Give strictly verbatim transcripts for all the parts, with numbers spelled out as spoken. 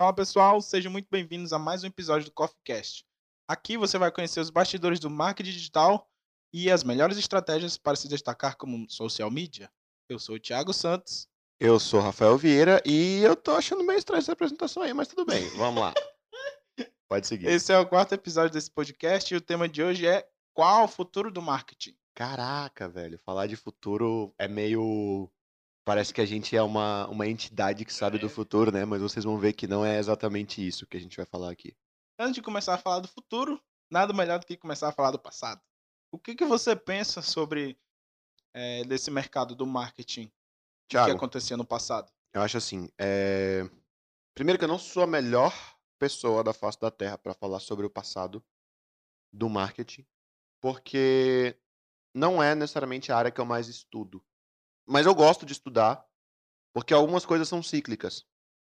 Fala pessoal, sejam muito bem-vindos a mais um episódio do CoffeeCast. Aqui você vai conhecer os bastidores do marketing digital e as melhores estratégias para se destacar como social media. Eu sou o Thiago Santos. Eu sou Rafael Vieira e eu tô achando meio estranho essa apresentação aí, mas tudo bem, vamos lá, pode seguir. Esse é o quarto episódio desse podcast e o tema de hoje é qual o futuro do marketing? Caraca, velho, falar de futuro é meio. Parece que a gente é uma, uma entidade que sabe do futuro, né? Mas vocês vão ver que não é exatamente isso que a gente vai falar aqui. Antes de começar a falar do futuro, nada melhor do que começar a falar do passado. O que, que você pensa sobre eh, desse mercado do marketing e que Thiago, acontecia no passado? eu acho assim, é... primeiro que eu não sou a melhor pessoa da face da Terra para falar sobre o passado do marketing, porque não é necessariamente a área que eu mais estudo. Mas eu gosto de estudar, porque algumas coisas são cíclicas.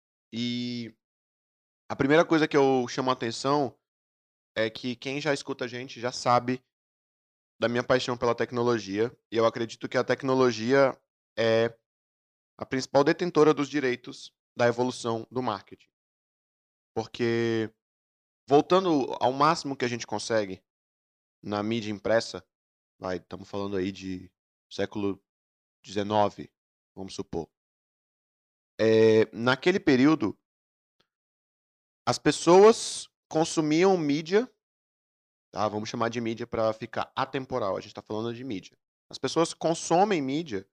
E a primeira coisa que eu chamo a atenção é que quem já escuta a gente já sabe da minha paixão pela tecnologia, e eu acredito que a tecnologia é a principal detentora dos direitos da evolução do marketing. Porque, voltando ao máximo que a gente consegue na mídia impressa, vai, estamos falando aí de século dezenove, vamos supor. É, naquele período, as pessoas consumiam mídia. Tá, vamos chamar de mídia para ficar atemporal, a gente está falando de mídia. As pessoas consomem mídia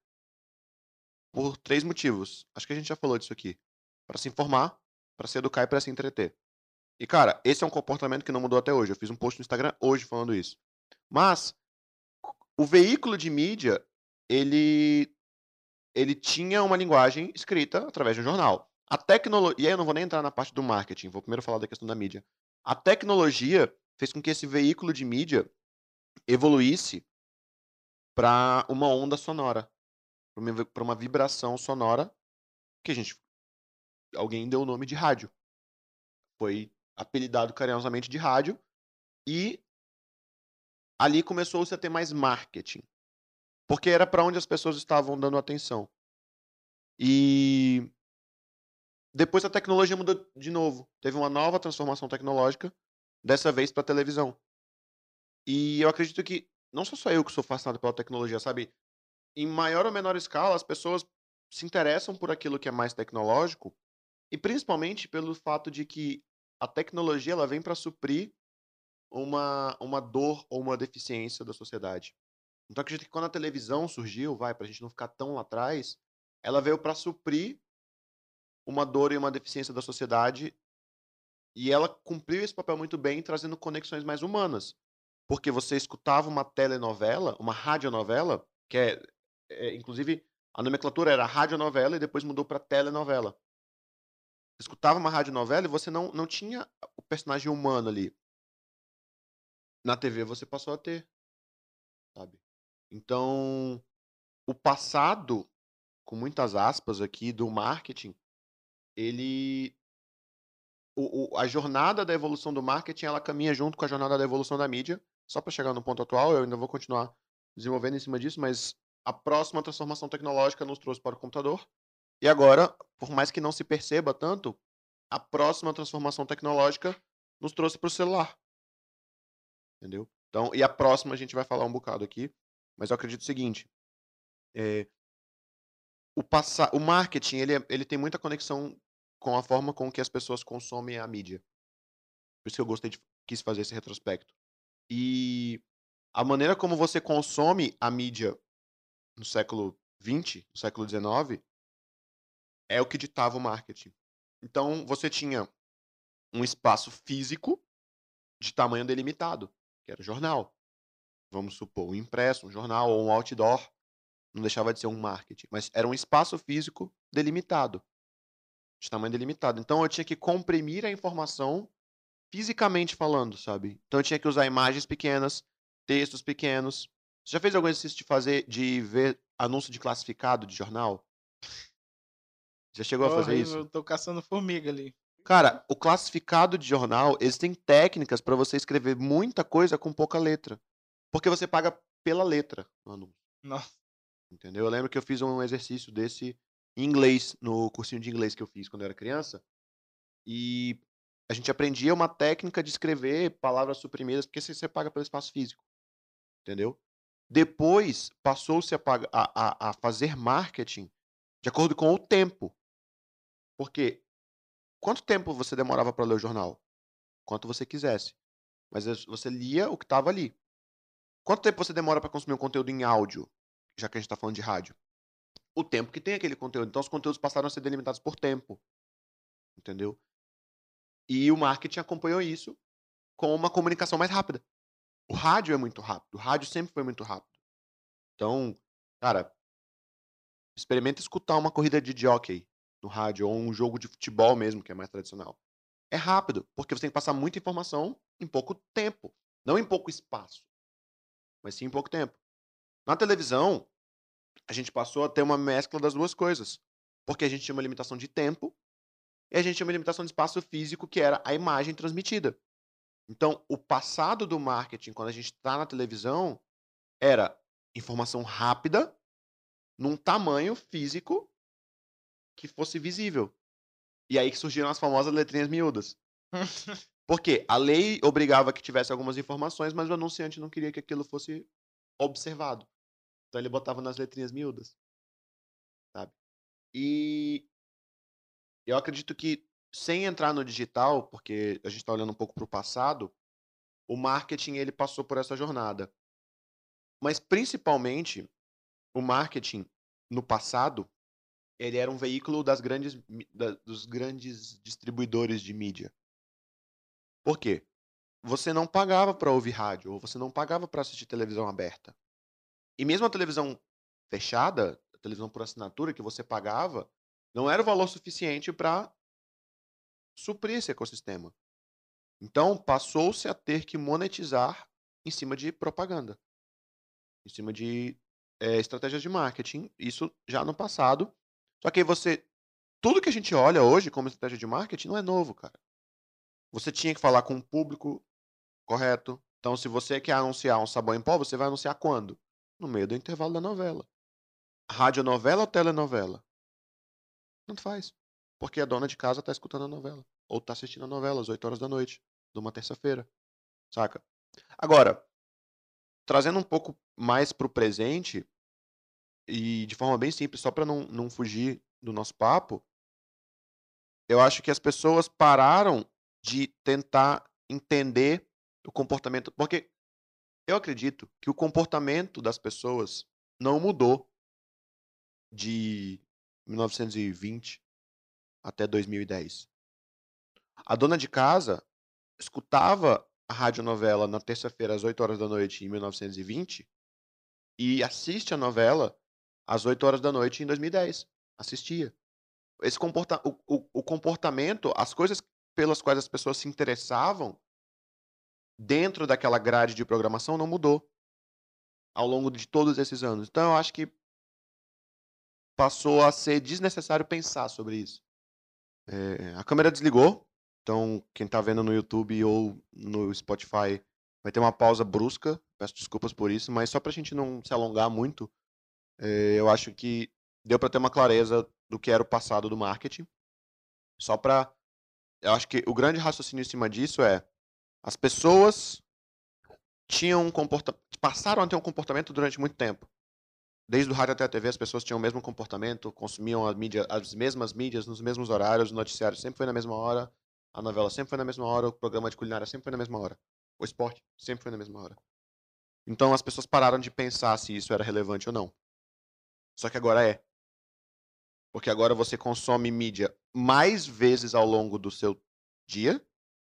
por três motivos. Acho que a gente já falou disso aqui. Para se informar, para se educar e para se entreter. E, cara, esse é um comportamento que não mudou até hoje. Eu fiz um post no Instagram hoje falando isso. Mas o veículo de mídia, ele ele tinha uma linguagem escrita através de um jornal. A tecnologia, e aí eu não vou nem entrar na parte do marketing, vou primeiro falar da questão da mídia. A tecnologia fez com que esse veículo de mídia evoluísse para uma onda sonora, para uma pra uma vibração sonora que a gente alguém deu o nome de rádio. Foi apelidado carinhosamente de rádio e ali começou-se a ter mais marketing, porque era para onde as pessoas estavam dando atenção. E depois a tecnologia mudou de novo, teve uma nova transformação tecnológica, dessa vez para televisão. E eu acredito que não sou só eu que sou fascinado pela tecnologia, sabe, em maior ou menor escala as pessoas se interessam por aquilo que é mais tecnológico. E principalmente pelo fato de que a tecnologia ela vem para suprir uma uma dor ou uma deficiência da sociedade. Então acredito que quando a televisão surgiu, vai, para a gente não ficar tão lá atrás, ela veio para suprir uma dor e uma deficiência da sociedade, e ela cumpriu esse papel muito bem, trazendo conexões mais humanas. Porque você escutava uma telenovela, uma radionovela, que é, é inclusive a nomenclatura era radionovela e depois mudou para telenovela. Você escutava uma radionovela e você não não tinha o personagem humano ali. Na T V você passou a ter, sabe. Então, o passado, com muitas aspas aqui, do marketing, ele o o a jornada da evolução do marketing, ela caminha junto com a jornada da evolução da mídia. Só para chegar no ponto atual, eu ainda vou continuar desenvolvendo em cima disso, mas a próxima transformação tecnológica nos trouxe para o computador. E agora, por mais que não se perceba tanto, a próxima transformação tecnológica nos trouxe para o celular. Entendeu? Então, e a próxima a gente vai falar um bocado aqui, mas eu acredito o seguinte, eh, o passa o marketing ele é ele tem muita conexão com a forma com que as pessoas consomem a mídia. Por isso que eu gostei de quis fazer esse retrospecto. E a maneira como você consome a mídia no século vinte, no século dezenove, é o que ditava o marketing. Então, você tinha um espaço físico de tamanho delimitado, que era o jornal. Vamos supor, um impresso, um jornal ou um outdoor. Não deixava de ser um marketing, mas era um espaço físico delimitado, de tamanho delimitado. Então eu tinha que comprimir a informação fisicamente falando, sabe. Então eu tinha que usar imagens pequenas, textos pequenos. Você já fez algum exercício de fazer de ver anúncio de classificado de jornal? Já chegou a fazer Horrível, isso? eu tô caçando formiga ali. Cara, o classificado de jornal, eles têm técnicas para você escrever muita coisa com pouca letra, porque você paga pela letra no anúncio. Nossa, Entendeu? Eu lembro que eu fiz um exercício desse em inglês, no cursinho de inglês que eu fiz quando eu era criança, E a gente aprendia uma técnica de escrever palavras suprimidas, porque você você paga pelo espaço físico, entendeu? Depois, passou-se a paga a a a fazer marketing de acordo com o tempo. Porque quanto tempo você demorava para ler o jornal? Quanto você quisesse. Mas es você lia o que estava ali. Quanto tempo você demora para consumir um conteúdo em áudio? Já que a gente tá falando de rádio. O tempo que tem aquele conteúdo. Então os conteúdos passaram a ser delimitados por tempo. Entendeu? E o marketing acompanhou isso com uma comunicação mais rápida. O rádio é muito rápido. O rádio sempre foi muito rápido. Então, cara, experimenta escutar uma corrida de jockey no rádio ou um jogo de futebol mesmo, que é mais tradicional. É rápido, porque você tem que passar muita informação em pouco tempo. Não em pouco espaço, mas sim em pouco tempo. Na televisão, a gente passou a ter uma mescla das duas coisas. Porque a gente tinha uma limitação de tempo e a gente tinha uma limitação de espaço físico, que era a imagem transmitida. Então, o passado do marketing, quando a gente tá na televisão, era informação rápida, num tamanho físico que fosse visível. E aí que surgiram as famosas letrinhas miúdas. Por quê? A lei obrigava que tivesse algumas informações, mas o anunciante não queria que aquilo fosse observado. Então ele botava nas letrinhas miúdas. Sabe? E eu acredito que, sem entrar no digital, porque a gente tá olhando um pouco para o passado, o marketing ele passou por essa jornada. Mas principalmente, o marketing no passado, ele era um veículo das grandes mi da dos grandes distribuidores de mídia. Por quê? Você não pagava para ouvir rádio, ou você não pagava para assistir televisão aberta. E mesmo a televisão fechada, a televisão por assinatura que você pagava, não era o valor suficiente para suprir esse ecossistema. Então, passou-se a ter que monetizar em cima de propaganda. Em cima de, eh, estratégias de marketing, isso já no passado. Só que aí você tudo que a gente olha hoje como estratégia de marketing não é novo, cara. Você tinha que falar com o público correto. Então, se você quer anunciar um sabão em pó, você vai anunciar quando? No meio do intervalo da novela. Radionovela ou telenovela? Tanto faz. Porque a dona de casa tá escutando a novela. Ou tá assistindo a novela às oito horas da noite, de uma terça-feira, saca? Agora, trazendo um pouco mais para o presente, e de forma bem simples, só para não, não fugir do nosso papo, eu acho que as pessoas pararam de tentar entender o comportamento. Porque eu acredito que o comportamento das pessoas não mudou de mil novecentos e vinte até dois mil e dez. A dona de casa escutava a radionovela na terça-feira às oito horas da noite em mil novecentos e vinte e assiste a novela às oito horas da noite em dois mil e dez. Assistia. Esse comporta o o o comportamento, as coisas pelas quais as pessoas se interessavam dentro daquela grade de programação não mudou ao longo de todos esses anos. Então eu acho que passou a ser desnecessário pensar sobre isso. Eh, a câmera desligou, então quem tá vendo no YouTube ou no Spotify vai ter uma pausa brusca, peço desculpas por isso, mas só pra gente não se alongar muito, eh, eu acho que deu pra ter uma clareza do que era o passado do marketing. Só pra eu acho que o grande raciocínio em cima disso é, as pessoas tinham um comporta passaram a ter um comportamento durante muito tempo. Desde o rádio até a T V, as pessoas tinham o mesmo comportamento, consumiam a mídia as mesmas mídias nos mesmos horários, o noticiário sempre foi na mesma hora, a novela sempre foi na mesma hora, o programa de culinária sempre foi na mesma hora, o esporte sempre foi na mesma hora. Então as pessoas pararam de pensar se isso era relevante ou não. Só que agora é. Porque agora você consome mídia mais vezes ao longo do seu dia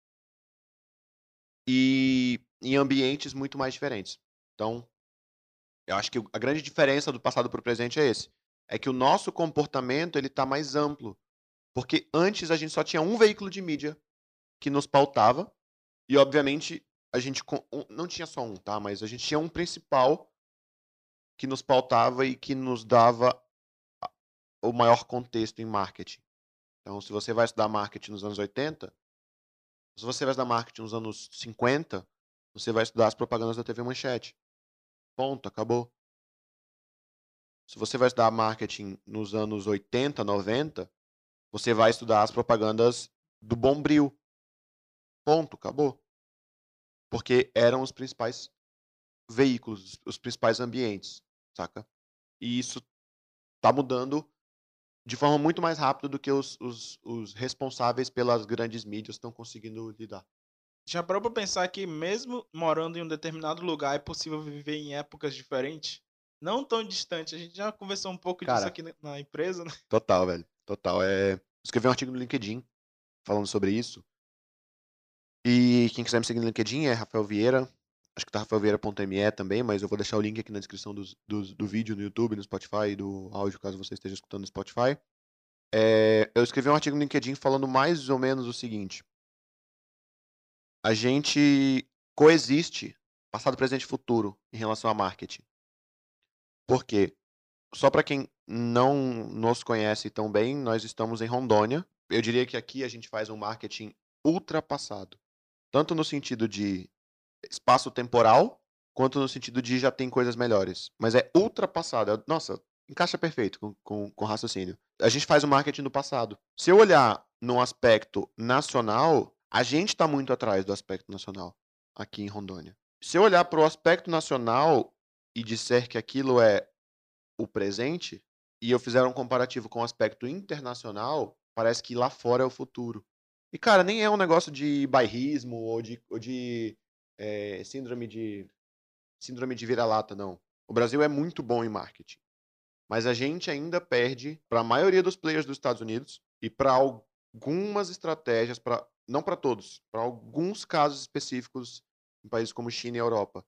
e em ambientes muito mais diferentes. Então, eu acho que o a grande diferença do passado para o presente é esse, é que o nosso comportamento ele tá mais amplo, porque antes a gente só tinha um veículo de mídia que nos pautava, e obviamente a gente com um não tinha só um, tá, mas a gente tinha um principal que nos pautava e que nos dava a o maior contexto em marketing. Então se você vai estudar marketing nos anos oitenta, se você vai estudar marketing nos anos cinquenta, você vai estudar as propagandas da T V Manchete. Ponto, acabou. Se você vai estudar marketing nos anos oitenta, noventa, você vai estudar as propagandas do Bombril. Ponto, acabou. Porque eram os principais veículos, os principais ambientes, saca? E isso tá mudando de forma muito mais rápida do que os, os, os responsáveis pelas grandes mídias estão conseguindo lidar. Já parou pra pensar que mesmo morando em um determinado lugar é possível viver em épocas diferentes? Não tão distante. A gente já conversou um pouco disso Cara, aqui na na empresa, né? total, velho. Total. É... Escrevi um artigo no LinkedIn falando sobre isso. E quem quiser me seguir no LinkedIn é Rafael Vieira. Acho que tá rafaelvieira ponto me também, mas eu vou deixar o link aqui na descrição dos, dos- do vídeo no YouTube, no Spotify e do áudio, caso você esteja escutando no Spotify. É, eu escrevi um artigo no LinkedIn falando mais ou menos o seguinte. A gente coexiste passado, presente e futuro em relação a marketing. Por quê? Só para quem não nos conhece tão bem, nós estamos em Rondônia. Eu diria que aqui a gente faz um marketing ultrapassado. Tanto no sentido de espaço temporal, quanto no sentido de já tem coisas melhores. Mas é ultrapassado. É- Nossa, encaixa perfeito com, com, com raciocínio. A gente faz o marketing do passado. Se eu olhar no aspecto nacional, a gente está muito atrás do aspecto nacional aqui em Rondônia. Se eu olhar para o aspecto nacional e disser que aquilo é o presente, e eu fizer um comparativo com o aspecto internacional, parece que lá fora é o futuro. E, cara, nem é um negócio de bairrismo ou de, ou de é, síndrome de síndrome de vira-lata, não. O Brasil é muito bom em marketing, mas a gente ainda perde para a maioria dos players dos Estados Unidos e para algumas estratégias, para não para todos, para alguns casos específicos em países como China e Europa.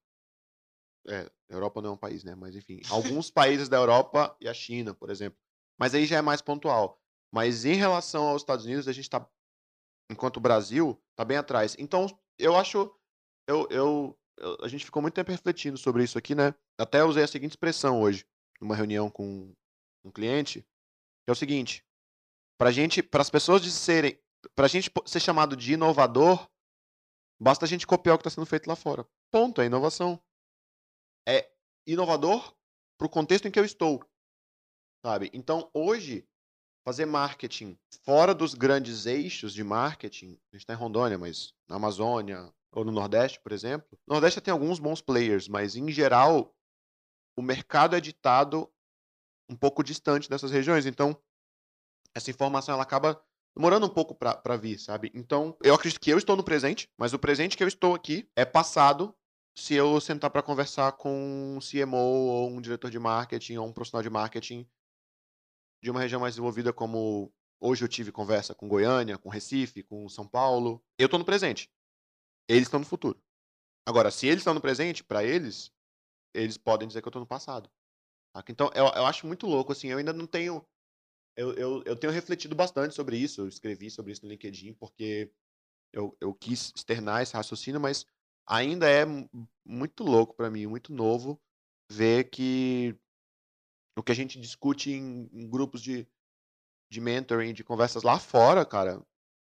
É, Europa não é um país, né? Mas enfim, alguns países da Europa e a China, por exemplo. Mas aí já é mais pontual. Mas em relação aos Estados Unidos, a gente está, enquanto o Brasil, está bem atrás. Então, eu acho, eu, eu, eu- a gente ficou muito tempo refletindo sobre isso aqui, né? Até usei a seguinte expressão hoje, numa reunião com um cliente, que é o seguinte: para gente, para as pessoas de serem, para a gente po- ser chamado de inovador, basta a gente copiar o que está sendo feito lá fora. Ponto, é inovação. É inovador para o contexto em que eu estou, sabe? Então, hoje, fazer marketing fora dos grandes eixos de marketing, a gente está em Rondônia, mas na Amazônia ou no Nordeste, por exemplo, no Nordeste tem alguns bons players, mas em geral o mercado é ditado um pouco distante dessas regiões, então essa informação ela acaba demorando um pouco para vir, sabe? Então, eu acredito que eu estou no presente, mas o presente que eu estou aqui é passado se eu sentar para conversar com um C M O ou um diretor de marketing ou um profissional de marketing de uma região mais desenvolvida como hoje eu tive conversa com Goiânia, com Recife, com São Paulo. Eu estou no presente. Eles estão no futuro. Agora, se eles estão no presente, para eles, eles podem dizer que eu estou no passado. Saca? Então, eu, eu acho muito louco, assim, eu ainda não tenho eu, eu, eu tenho refletido bastante sobre isso, eu escrevi sobre isso no LinkedIn, porque eu, eu quis externar esse raciocínio, mas ainda é mu- muito louco para mim, muito novo, ver que o que a gente discute em, em grupos de, de mentoring, de conversas lá fora, cara,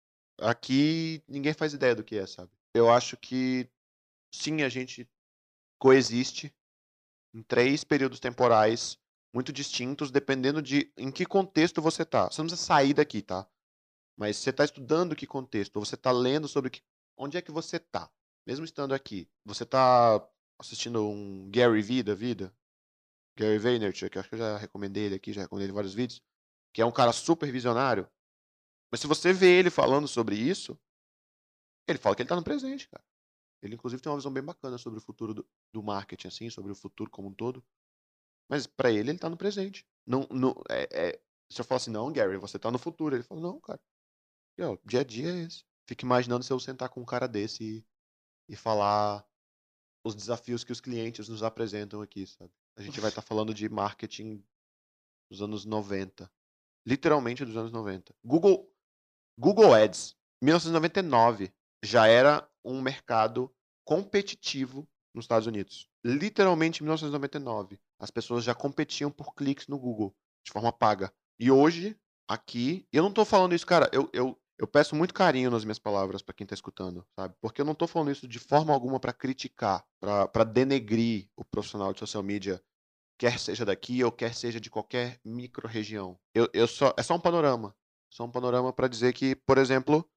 aqui ninguém faz ideia do que é, sabe? Eu acho que sim, a gente coexiste em três períodos temporais muito distintos, dependendo de em que contexto você tá. Você não precisa sair daqui, tá? Mas você está estudando que contexto? Ou você está lendo sobre que... onde é que você está? Mesmo estando aqui. Você está assistindo um Gary Vee da vida? Gary Vaynerchuk, que eu acho que eu já recomendei ele aqui, já recomendei ele em vários vídeos. Que é um cara super visionário. Mas se você vê ele falando sobre isso, ele fala que ele está no presente, cara. Ele, inclusive, tem uma visão bem bacana sobre o futuro do, do marketing, assim, sobre o futuro como um todo. Mas para ele, ele está no presente. Não, não, é, é... Se eu falar assim, não, Gary, você está no futuro. Ele fala, não, cara. E, ó, dia a dia é esse. Fico imaginando se eu sentar com um cara desse e, e falar os desafios que os clientes nos apresentam aqui, sabe? A gente vai estar falando de marketing dos anos noventa. Literalmente dos anos noventa. Google, Google Ads, mil novecentos e noventa e nove, já era um mercado competitivo nos Estados Unidos. Literalmente em mil novecentos e noventa e nove. As pessoas já competiam por cliques no Google, de forma paga. E hoje, aqui, eu não tô falando isso, cara, eu, eu, eu peço muito carinho nas minhas palavras para quem tá escutando, sabe? Porque eu não tô falando isso de forma alguma para criticar, para denegrir o profissional de social media, quer seja daqui ou quer seja de qualquer micro-região. Eu, eu só, é só um panorama. Só um panorama para dizer que, por exemplo,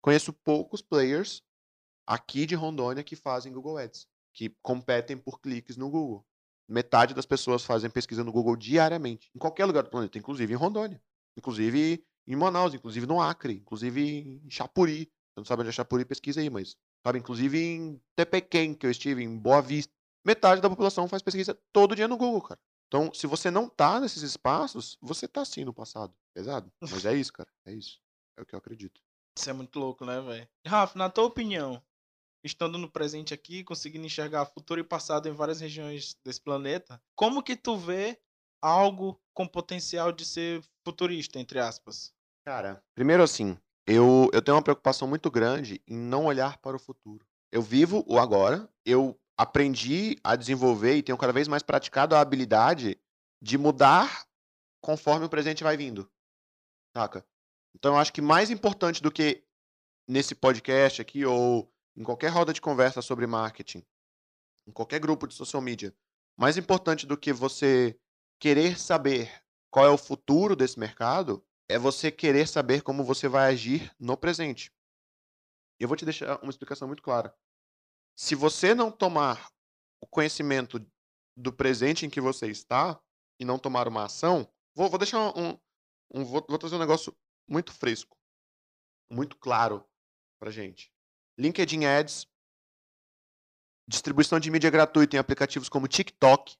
conheço poucos players aqui de Rondônia que fazem Google Ads, que competem por cliques no Google. Metade das pessoas fazem pesquisa no Google diariamente, em qualquer lugar do planeta, inclusive em Rondônia, inclusive em Manaus, inclusive no Acre, inclusive em Chapuri. Você não sabe onde é Chapuri, pesquisa aí, mas sabe, inclusive em Tepequém, que eu estive, em Boa Vista. Metade da população faz pesquisa todo dia no Google, cara. Então, se você não tá nesses espaços, você tá sim no passado. Pesado. Mas é isso, cara. É isso. É o que eu acredito. Isso é muito louco, né, velho? Rafa, na tua opinião, estando no presente aqui, conseguindo enxergar futuro e passado em várias regiões desse planeta, como que tu vê algo com potencial de ser futurista, entre aspas? Cara, primeiro assim, eu, eu tenho uma preocupação muito grande em não olhar para o futuro. Eu vivo o agora, eu aprendi a desenvolver e tenho cada vez mais praticado a habilidade de mudar conforme o presente vai vindo, saca? Então eu acho que mais importante do que nesse podcast aqui ou em qualquer roda de conversa sobre marketing, em qualquer grupo de social media, mais importante do que você querer saber qual é o futuro desse mercado, é você querer saber como você vai agir no presente. E eu vou te deixar uma explicação muito clara. Se você não tomar o conhecimento do presente em que você está e não tomar uma ação, vou, vou deixar um, um vou, vou trazer um negócio muito fresco, muito claro pra gente. LinkedIn Ads, distribuição de mídia gratuita em aplicativos como TikTok.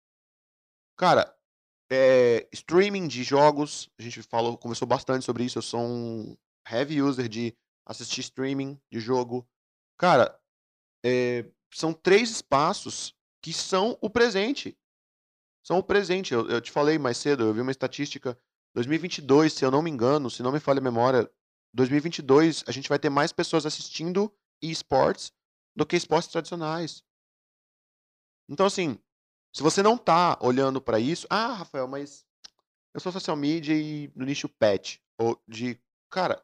Cara, é, streaming de jogos, a gente falou, conversou bastante sobre isso. Eu sou um heavy user de assistir streaming de jogo. Cara, é, são três espaços que são o presente. São o presente. Eu, eu te falei mais cedo, eu vi uma estatística. dois mil e vinte e dois, se eu não me engano, se não me falha a memória, dois mil e vinte e dois a gente vai ter mais pessoas assistindo esportes do que esportes tradicionais. Então, assim, se você não tá olhando pra isso, ah, Rafael, mas eu sou social media e no nicho pet, ou de, cara,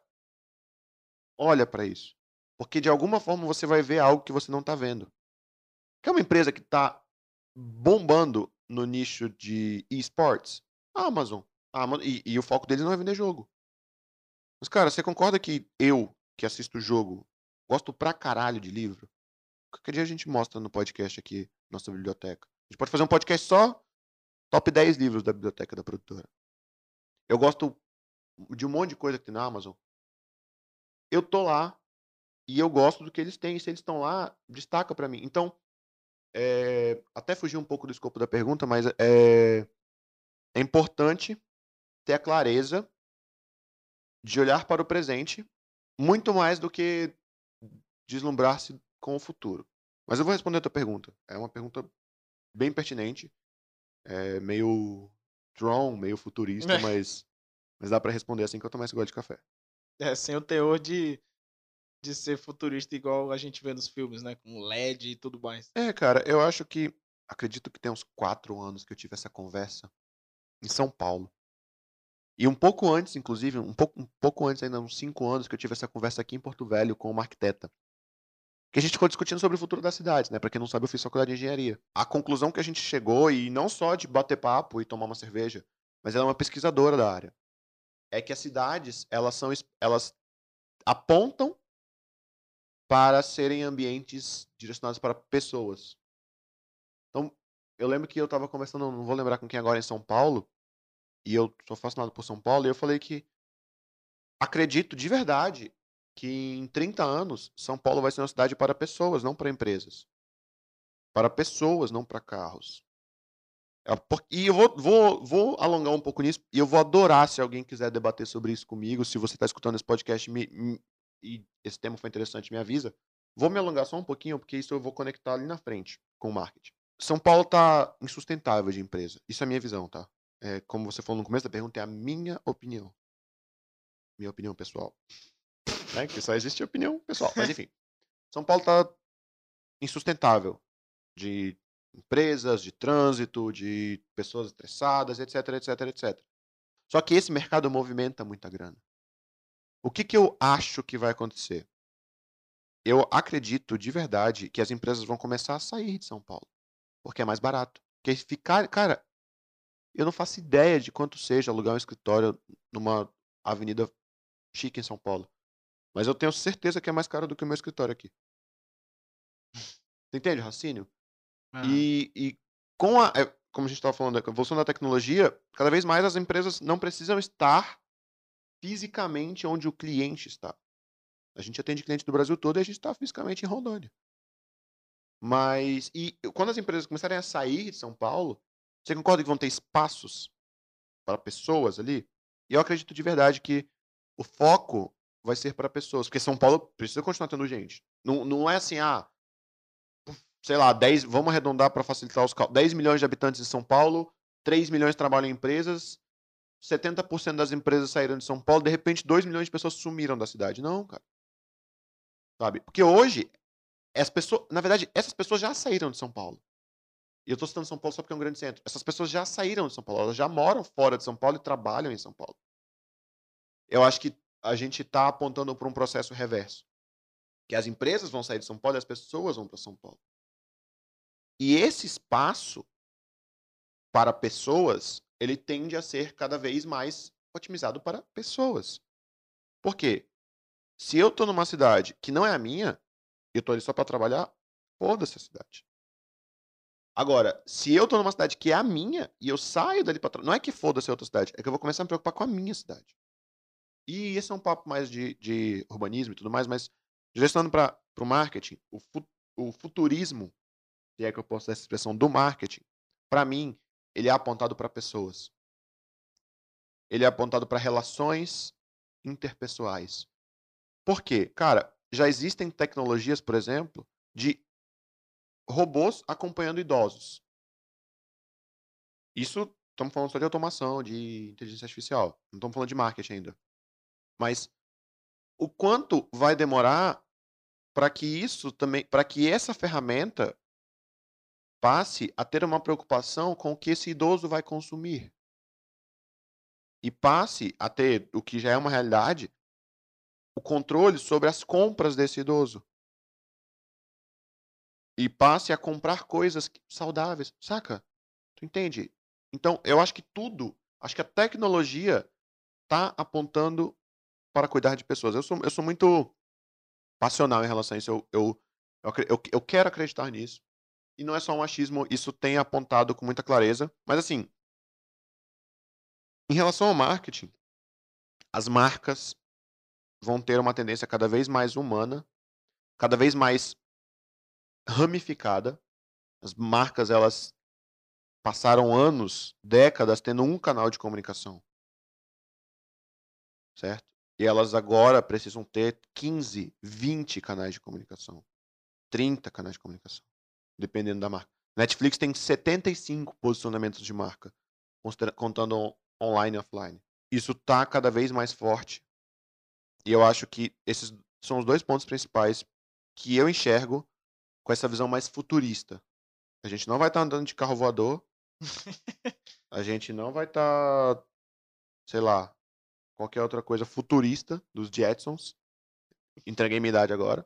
olha pra isso. Porque de alguma forma você vai ver algo que você não tá vendo. Quer uma empresa que tá bombando no nicho de esportes? A Amazon. A Ama- e, e o foco deles não é vender jogo. Mas, cara, você concorda que eu, que assisto jogo, gosto pra caralho de livro? Qualquer dia a gente mostra no podcast aqui, nossa biblioteca. A gente pode fazer um podcast só top dez livros da biblioteca da produtora. Eu gosto de um monte de coisa que tem na Amazon. Eu tô lá e eu gosto do que eles têm. E se eles estão lá, destaca pra mim. Então, é, até fugir um pouco do escopo da pergunta, mas é, é importante ter a clareza de olhar para o presente muito mais do que deslumbrar-se com o futuro. Mas eu vou responder a tua pergunta. É uma pergunta bem pertinente, é meio Tron, meio futurista, mas, mas dá pra responder assim que eu tomar esse gole de café. É, sem o teor de, de ser futurista igual a gente vê nos filmes, né? Com L E D e tudo mais. É, cara, eu acho que, acredito que tem uns quatro anos que eu tive essa conversa em São Paulo. E um pouco antes, inclusive, um pouco, um pouco antes ainda, uns cinco anos, que eu tive essa conversa aqui em Porto Velho com uma arquiteta. Que a gente ficou discutindo sobre o futuro das cidades, né? Pra quem não sabe, eu fiz faculdade de engenharia. A conclusão que a gente chegou, e não só de bater papo e tomar uma cerveja, mas ela é uma pesquisadora da área, é que as cidades, elas são, es- elas apontam para serem ambientes direcionados para pessoas. Então, eu lembro que eu tava conversando, não vou lembrar com quem agora, em São Paulo, e eu sou fascinado por São Paulo, e eu falei que acredito de verdade que em trinta anos São Paulo vai ser uma cidade para pessoas, não para empresas. Para pessoas, não para carros. É, por- E eu vou, vou, vou alongar um pouco nisso, e eu vou adorar se alguém quiser debater sobre isso comigo. Se você está escutando esse podcast me- me- e esse tema foi interessante, me avisa. Vou me alongar só um pouquinho, porque isso eu vou conectar ali na frente com o marketing. São Paulo tá insustentável de empresa. Isso é a minha visão, tá? É, como você falou no começo da pergunta, é a minha opinião. Minha opinião pessoal. Né? Que só existe opinião pessoal. Mas enfim. São Paulo tá insustentável de empresas, de trânsito, de pessoas estressadas, etc, etc, etcétera. Só que esse mercado movimenta muita grana. O que, que eu acho que vai acontecer? Eu acredito de verdade que as empresas vão começar a sair de São Paulo, porque é mais barato. Porque ficar, cara, eu não faço ideia de quanto seja alugar um escritório numa avenida chique em São Paulo. Mas eu tenho certeza que é mais caro do que o meu escritório aqui. Você entende o raciocínio? Ah, E e com a eh, como a gente estava falando, a evolução da tecnologia, cada vez mais as empresas não precisam estar fisicamente onde o cliente está. A gente atende cliente do Brasil todo e a gente está fisicamente em Rondônia. Mas e quando as empresas começarem a sair de São Paulo, você concorda que vão ter espaços para pessoas ali? E eu acredito de verdade que o foco vai ser para pessoas, porque São Paulo precisa continuar tendo gente. Não não é assim: "Ah, sei lá, dez, vamos arredondar para facilitar os cálculos, dez milhões de habitantes em São Paulo, três milhões trabalham em empresas, setenta por cento das empresas saíram de São Paulo, de repente dois milhões de pessoas sumiram da cidade". Não, cara, sabe? Porque hoje, as pessoas, na verdade, essas pessoas já saíram de São Paulo. E eu tô citando São Paulo só porque é um grande centro. Essas pessoas já saíram de São Paulo, elas já moram fora de São Paulo e trabalham em São Paulo. Eu acho que a gente tá apontando para um processo reverso, que as empresas vão sair de São Paulo e as pessoas vão para São Paulo. E esse espaço para pessoas, ele tende a ser cada vez mais otimizado para pessoas. Por quê? Se eu tô numa cidade que não é a minha, e eu tô ali só para trabalhar, foda-se a cidade. Agora, se eu tô numa cidade que é a minha e eu saio dali para tra não é que foda-se a outra cidade, é que eu vou começar a me preocupar com a minha cidade. E esse é um papo mais de de urbanismo e tudo mais, mas direcionando para para o marketing, o fu o futurismo, se é que eu posso usar essa expressão, do marketing, para mim, ele é apontado para pessoas. Ele é apontado para relações interpessoais. Por quê? Cara, já existem tecnologias, por exemplo, de robôs acompanhando idosos. Isso estamos falando só de automação, de inteligência artificial. Não estamos falando de marketing ainda. Mas o quanto vai demorar para que isso também, para que essa ferramenta passe a ter uma preocupação com o que esse idoso vai consumir e passe a ter o que já é uma realidade, o controle sobre as compras desse idoso. E passe a comprar coisas que saudáveis, saca? Tu entende? Então, eu acho que tudo, acho que a tecnologia tá apontando para cuidar de pessoas. Eu sou eu sou muito passional em relação a isso, eu eu eu acre eu eu quero acreditar nisso. E não é só um achismo, isso tem apontado com muita clareza. Mas assim, em relação ao marketing, as marcas vão ter uma tendência cada vez mais humana, cada vez mais ramificada. As marcas, elas passaram anos, décadas tendo um canal de comunicação, certo? E elas agora precisam ter quinze, vinte canais de comunicação, trinta canais de comunicação, dependendo da marca. Netflix tem setenta e cinco posicionamentos de marca, considera- contando on- online e offline. Isso tá cada vez mais forte. E eu acho que esses são os dois pontos principais que eu enxergo com essa visão mais futurista. A gente não vai estar andando de carro voador, a gente não vai estar, sei lá, qualquer outra coisa futurista dos Jetsons. Entreguei minha idade agora.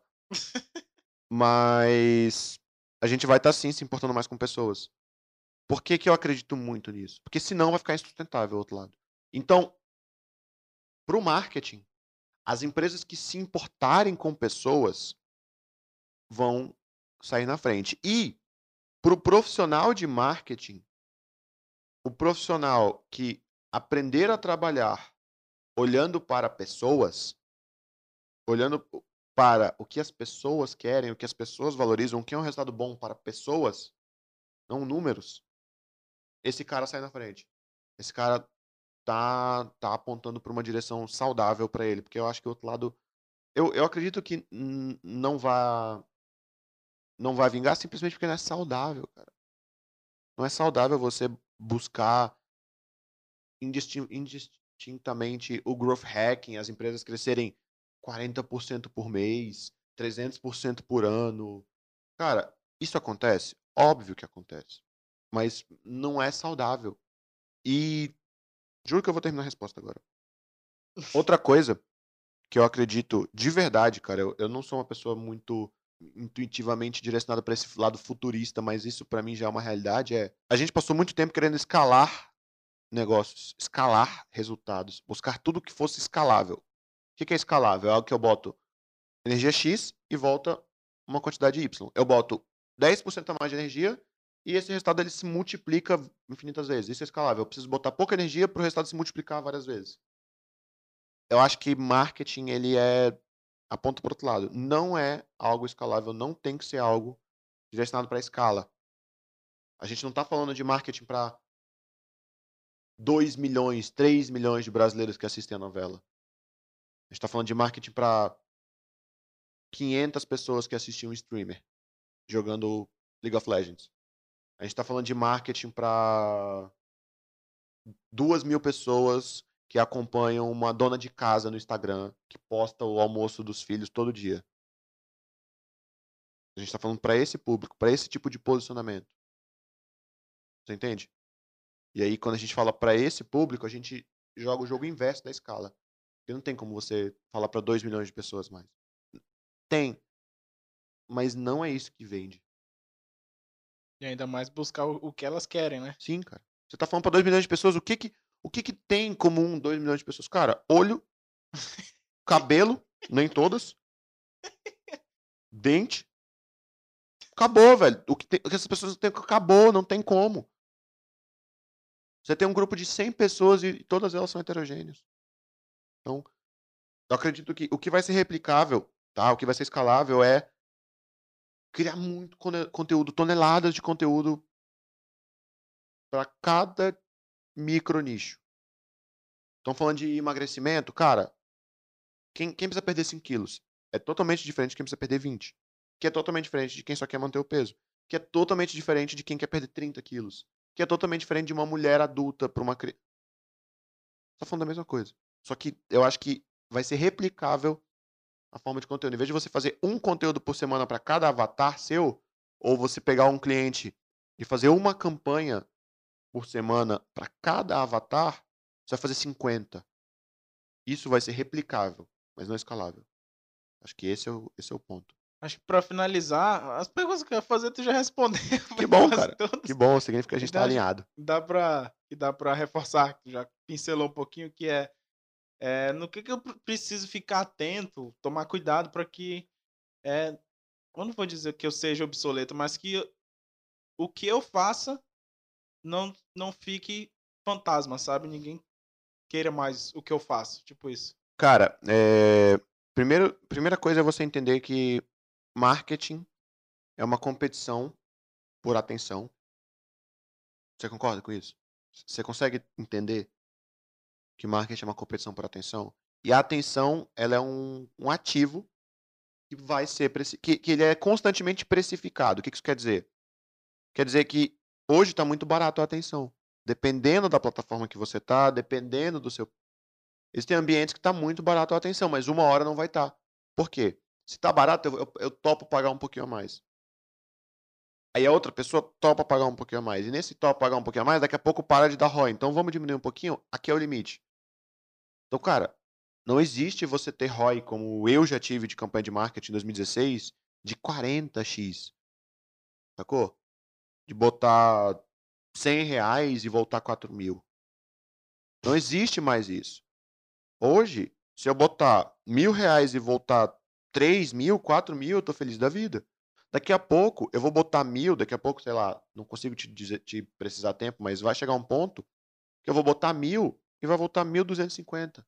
Mas a gente vai estar sim se importando mais com pessoas. Por que que eu acredito muito nisso? Porque senão vai ficar insustentável o outro lado. Então, para o marketing, as empresas que se importarem com pessoas vão sair na frente. E para o profissional de marketing, o profissional que aprender a trabalhar olhando para pessoas, olhando para o que as pessoas querem, o que as pessoas valorizam, o que é um resultado bom para pessoas, não números, esse cara sai na frente. Esse cara tá tá apontando para uma direção saudável para ele, porque eu acho que o outro lado, eu eu acredito que n não vá não vai vingar simplesmente porque não é saudável, cara. Não é saudável você buscar indistin indistintamente o growth hacking, as empresas crescerem quarenta por cento por mês, trezentos por cento por ano. Cara, isso acontece? Óbvio que acontece, mas não é saudável. E juro que eu vou terminar a resposta agora. Outra coisa que eu acredito de verdade, cara, eu eu não sou uma pessoa muito intuitivamente direcionada para esse lado futurista, mas isso para mim já é uma realidade, é, a gente passou muito tempo querendo escalar negócios, escalar resultados, buscar tudo que fosse escalável. que que é escalável? É algo que eu boto energia X e volta uma quantidade Y. Eu boto dez por cento a mais de energia e esse resultado ele se multiplica infinitas vezes. Isso é escalável. Eu preciso botar pouca energia para o resultado se multiplicar várias vezes. Eu acho que marketing, ele é... aponta para o outro lado. Não é algo escalável, não tem que ser algo direcionado para escala. A gente não está falando de marketing para dois milhões, três milhões de brasileiros que assistem a novela. A gente está falando de marketing para quinhentas pessoas que assistem um streamer jogando League of Legends. A gente está falando de marketing para duas mil pessoas que acompanham uma dona de casa no Instagram que posta o almoço dos filhos todo dia. A gente está falando para esse público, para esse tipo de posicionamento. Você entende? E aí, quando a gente fala para esse público, a gente joga o jogo inverso da escala. Porque não tem como você falar para dois milhões de pessoas mais. Tem. Mas não é isso que vende. E ainda mais buscar o, o que elas querem, né? Sim, cara. Você tá falando para dois milhões de pessoas, o que que, o que que tem em comum dois milhões de pessoas? Cara, olho, cabelo, nem todas, dente. Acabou, velho. O que, tem, o que essas pessoas têm acabou, não tem como. Você tem um grupo de cem pessoas e todas elas são heterogêneas. Então, eu acredito que o que vai ser replicável, tá? O que vai ser escalável é criar muito conteúdo, toneladas de conteúdo para cada micro nicho. Estão falando de emagrecimento, cara. Quem, quem precisa perder cinco quilos é totalmente diferente de quem precisa perder vinte. Que é totalmente diferente de quem só quer manter o peso. Que é totalmente diferente de quem quer perder trinta quilos. Que é totalmente diferente de uma mulher adulta para uma criança. Tá falando da mesma coisa. Só que eu acho que vai ser replicável a forma de conteúdo. Em vez de você fazer um conteúdo por semana para cada avatar seu, ou você pegar um cliente e fazer uma campanha por semana para cada avatar, você vai fazer cinquenta. Isso vai ser replicável, mas não escalável. Acho que esse é o, esse é o ponto. Acho que pra finalizar, as perguntas que eu ia fazer tu já respondeu Que bom, quase cara. todas. Que bom, significa que a gente tá Então, acho que alinhado. dá pra, que dá pra reforçar, que tu já pincelou um pouquinho, que é, é no que, que eu pre- preciso ficar atento, tomar cuidado para que, é, eu não vou dizer que eu seja obsoleto, mas que eu- o que eu faça não, não fique fantasma, sabe? Ninguém queira mais o que eu faço, tipo isso. Cara, é... Primeiro, primeira coisa é você entender que marketing é uma competição por atenção. Você concorda com isso? Você consegue entender que marketing é uma competição por atenção? E a atenção, ela é um, um ativo que vai ser pressi- que, que ele é constantemente precificado. O que que isso quer dizer? Quer dizer que hoje está muito barato a atenção. Dependendo da plataforma que você está, dependendo do seu. Existem ambientes que está muito barato a atenção, mas uma hora não vai estar. Tá. Por quê? Se está barato, eu, eu, eu topo pagar um pouquinho a mais. Aí a outra pessoa topa pagar um pouquinho a mais. E nesse topa pagar um pouquinho a mais, daqui a pouco para de dar R O I. Então vamos diminuir um pouquinho, aqui é o limite. Então, cara, não existe você ter R O I como eu já tive de campanha de marketing em dois mil e dezesseis, de quarenta x. Sacou? De botar cem reais e voltar quatro mil. Não existe mais isso. Hoje, se eu botar mil reais e voltar três mil, quatro mil, eu tô feliz da vida. Daqui a pouco, eu vou botar mil, daqui a pouco, sei lá, não consigo te, dizer, te precisar tempo, mas vai chegar um ponto que eu vou botar mil e vai voltar mil duzentos e cinquenta.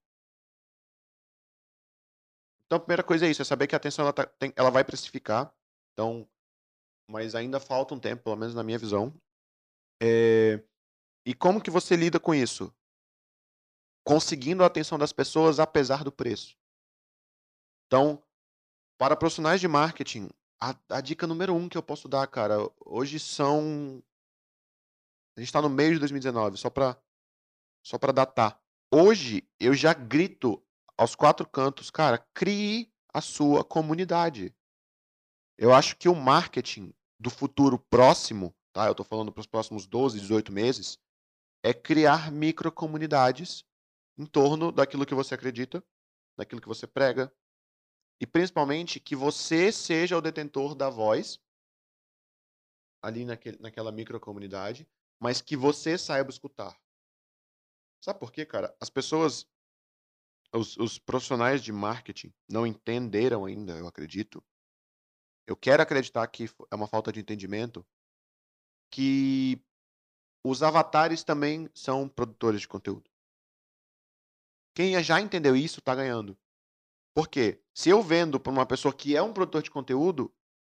Então, a primeira coisa é isso, é saber que a atenção ela, tá, tem, ela vai precificar. Então, mas ainda falta um tempo, pelo menos na minha visão. É, e como que você lida com isso? Conseguindo a atenção das pessoas apesar do preço. Então, para profissionais de marketing, a, a dica número um que eu posso dar, cara, hoje são. A gente está no meio de dois mil e dezenove, só para só para datar. Hoje eu já grito aos quatro cantos, cara, crie a sua comunidade. Eu acho que o marketing do futuro próximo, tá? Eu estou falando para os próximos doze, dezoito meses, é criar microcomunidades em torno daquilo que você acredita, daquilo que você prega, e principalmente que você seja o detentor da voz ali naquele, naquela microcomunidade, mas que você saiba escutar. Sabe por quê, cara? As pessoas os, os profissionais de marketing não entenderam ainda, eu acredito. Eu quero acreditar que fo- é uma falta de entendimento que os avatares também são produtores de conteúdo. Quem já entendeu isso está ganhando. Por quê? Se eu vendo para uma pessoa que é um produtor de conteúdo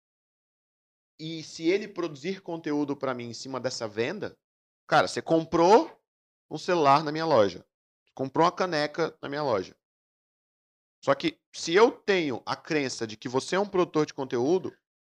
e se ele produzir conteúdo para mim em cima dessa venda, cara, você comprou um celular na minha loja, comprou uma caneca na minha loja. Só que se eu tenho a crença de que você é um produtor de conteúdo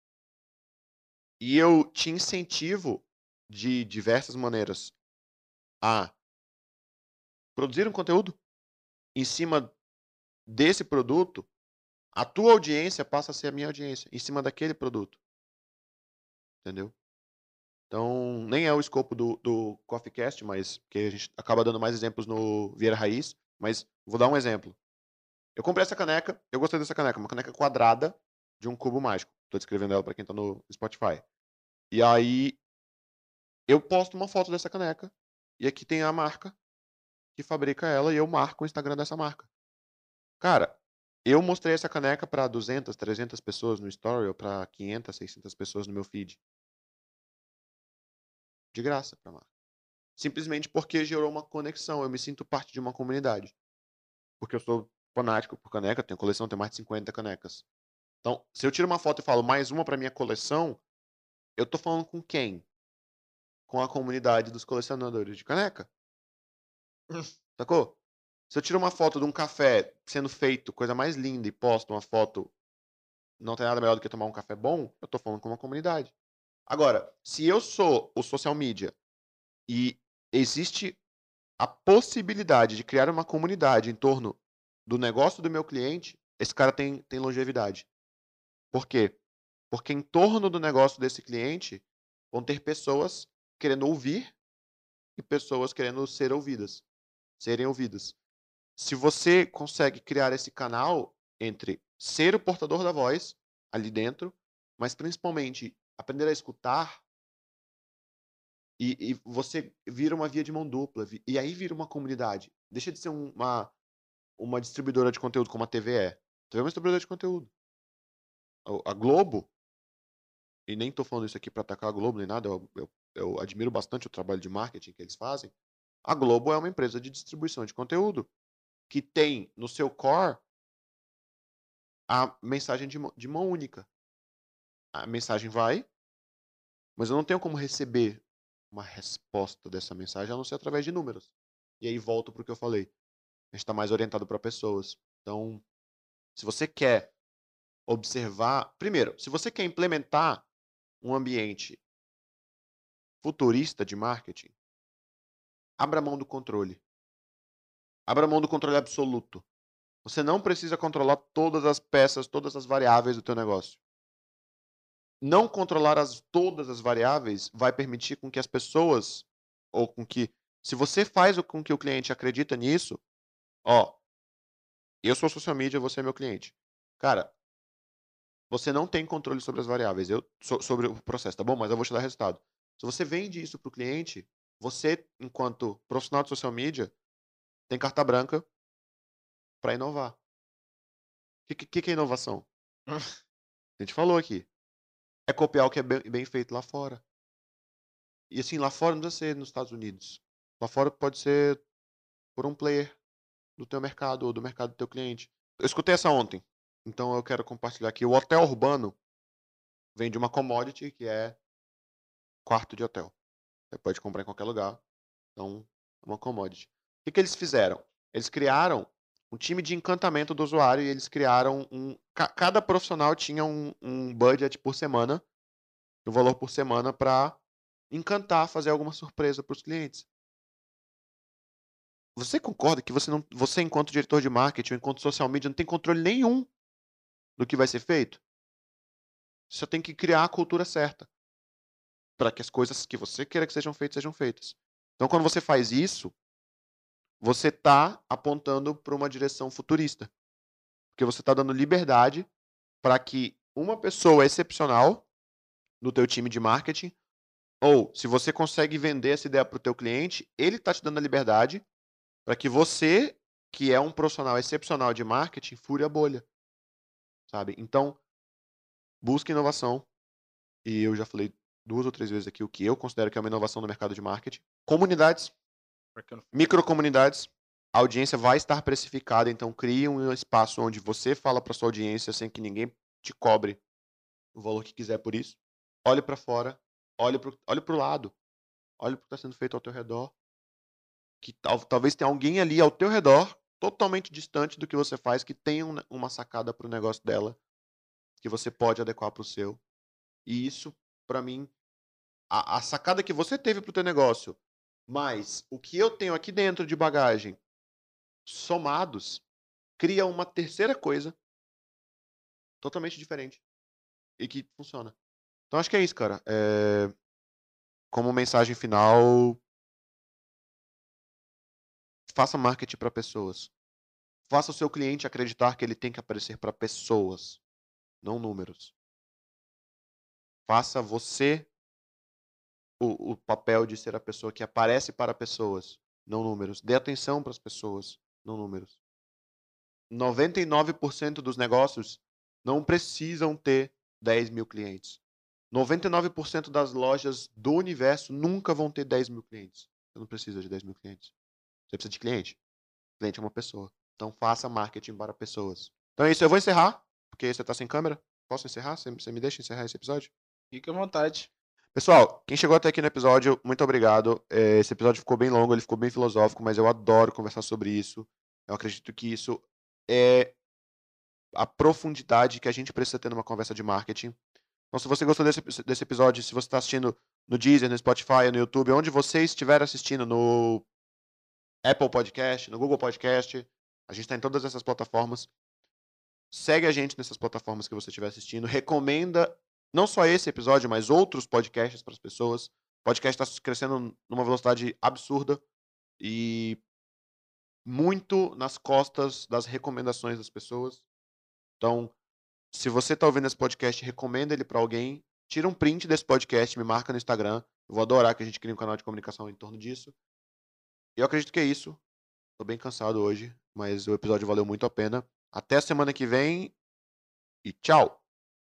e eu te incentivo de diversas maneiras a produzir um conteúdo em cima desse produto, a tua audiência passa a ser a minha audiência em cima daquele produto, entendeu? Então, nem é o escopo do, do CoffeeCast, mas que a gente acaba dando mais exemplos no Vieira Raiz, mas vou dar um exemplo. Eu comprei essa caneca, eu gostei dessa caneca, uma caneca quadrada de um cubo mágico. Estou descrevendo ela para quem está no Spotify. E aí, eu posto uma foto dessa caneca, e aqui tem a marca que fabrica ela, e eu marco o Instagram dessa marca. Cara, eu mostrei essa caneca para duzentas, trezentas pessoas no Story, ou para quinhentas, seiscentas pessoas no meu feed. De graça pra marca. Simplesmente porque gerou uma conexão. Eu me sinto parte de uma comunidade. Porque eu sou fanático por caneca, tenho coleção, tenho mais de cinquenta canecas. Então, se eu tiro uma foto e falo mais uma pra minha coleção, eu tô falando com quem? Com a comunidade dos colecionadores de caneca. Sacou? Se eu tiro uma foto de um café sendo feito, coisa mais linda, e posto uma foto, não tem nada melhor do que tomar um café bom, eu tô falando com uma comunidade. Agora, se eu sou o social media e existe a possibilidade de criar uma comunidade em torno do negócio do meu cliente, esse cara tem, tem longevidade. Por quê? Porque em torno do negócio desse cliente vão ter pessoas querendo ouvir e pessoas querendo ser ouvidas, serem ouvidas. Se você consegue criar esse canal entre ser o portador da voz ali dentro, mas principalmente aprender a escutar, e, e você vira uma via de mão dupla, e aí vira uma comunidade. Deixa de ser um- uma, uma distribuidora de conteúdo como a T V é. A T V é uma distribuidora de conteúdo. A a Globo, e nem tô falando isso aqui para atacar a Globo nem nada, eu, eu, eu admiro bastante o trabalho de marketing que eles fazem. A Globo é uma empresa de distribuição de conteúdo que tem no seu core a mensagem de, mão- de mão única. A mensagem vai, mas eu não tenho como receber uma resposta dessa mensagem a não ser através de números. E aí volto para o que eu falei. A gente está mais orientado para pessoas. Então, se você quer observar. Primeiro, se você quer implementar um ambiente futurista de marketing, abra mão do controle. Abra mão do controle absoluto. Você não precisa controlar todas as peças, todas as variáveis do teu negócio. Não controlar as, todas as variáveis vai permitir com que as pessoas, ou com que, se você faz com que o cliente acredita nisso, ó, eu sou social media, você é meu cliente. Cara, você não tem controle sobre as variáveis, eu so- sobre o processo, tá bom? Mas eu vou te dar resultado. Se você vende isso para o cliente, você, enquanto profissional de social media, tem carta branca para inovar. O que, que, que é inovação? A gente falou aqui. É copiar o que é bem, bem feito lá fora. E assim, lá fora não precisa ser nos Estados Unidos. Lá fora pode ser por um player do teu mercado ou do mercado do teu cliente. Eu escutei essa ontem, então eu quero compartilhar aqui. O hotel urbano vem de uma commodity que é quarto de hotel. Você pode comprar em qualquer lugar. Então, é uma commodity. O que, que eles fizeram? Eles criaram um time de encantamento do usuário e eles criaram um. ca- Cada profissional tinha um, um budget por semana, um valor por semana para encantar, fazer alguma surpresa para os clientes. Você concorda que você, não, você, enquanto diretor de marketing, enquanto social media, não tem controle nenhum do que vai ser feito? Você só tem que criar a cultura certa para que as coisas que você queira que sejam feitas sejam feitas. Então, quando você faz isso, você está apontando para uma direção futurista. Porque você está dando liberdade para que uma pessoa excepcional no teu time de marketing, ou se você consegue vender essa ideia para o teu cliente, ele está te dando a liberdade para que você que é um profissional excepcional de marketing fure a bolha, sabe? Então, busque inovação. E eu já falei duas ou três vezes aqui o que eu considero que é uma inovação no mercado de marketing. Comunidades, microcomunidades. A audiência vai estar precificada, então crie um espaço onde você fala para sua audiência sem que ninguém te cobre o valor que quiser por isso. Olhe para fora, olhe para olhe o lado, olhe para o que está sendo feito ao teu redor. Que tal, talvez tenha alguém ali ao teu redor, totalmente distante do que você faz, que tenha um, uma sacada para o negócio dela, que você pode adequar para o seu. E isso, para mim, a, a sacada que você teve para o teu negócio, mas o que eu tenho aqui dentro de bagagem, somados, cria uma terceira coisa totalmente diferente e que funciona. Então acho que é isso, cara. É... Como mensagem final, faça marketing para pessoas. Faça o seu cliente acreditar que ele tem que aparecer para pessoas, não números. Faça você o, o papel de ser a pessoa que aparece para pessoas, não números. Dê atenção para as pessoas, não números. noventa e nove por cento dos negócios não precisam ter dez mil clientes. noventa e nove por cento das lojas do universo nunca vão ter dez mil clientes. Você não precisa de dez mil clientes. Você precisa de cliente. Cliente é uma pessoa. Então faça marketing para pessoas. Então é isso. Eu vou encerrar, porque você está sem câmera. Posso encerrar? Você você me deixa encerrar esse episódio? Fique à vontade. Pessoal, quem chegou até aqui no episódio, muito obrigado. É, Esse episódio ficou bem longo, ele ficou bem filosófico, mas eu adoro conversar sobre isso. Eu acredito que isso é a profundidade que a gente precisa ter numa conversa de marketing. Então, se você gostou desse, desse episódio, se você está assistindo no Deezer, no Spotify, no YouTube, onde você estiver assistindo, no Apple Podcast, no Google Podcast, a gente está em todas essas plataformas. Segue a gente nessas plataformas que você estiver assistindo. Recomenda não só esse episódio, mas outros podcasts para as pessoas. O podcast está crescendo numa velocidade absurda e muito nas costas das recomendações das pessoas. Então, se você está ouvindo esse podcast, recomenda ele para alguém. Tira um print desse podcast, me marca no Instagram. Eu vou adorar que a gente crie um canal de comunicação em torno disso. E eu acredito que é isso. Tô bem cansado hoje, mas o episódio valeu muito a pena. Até a semana que vem e tchau!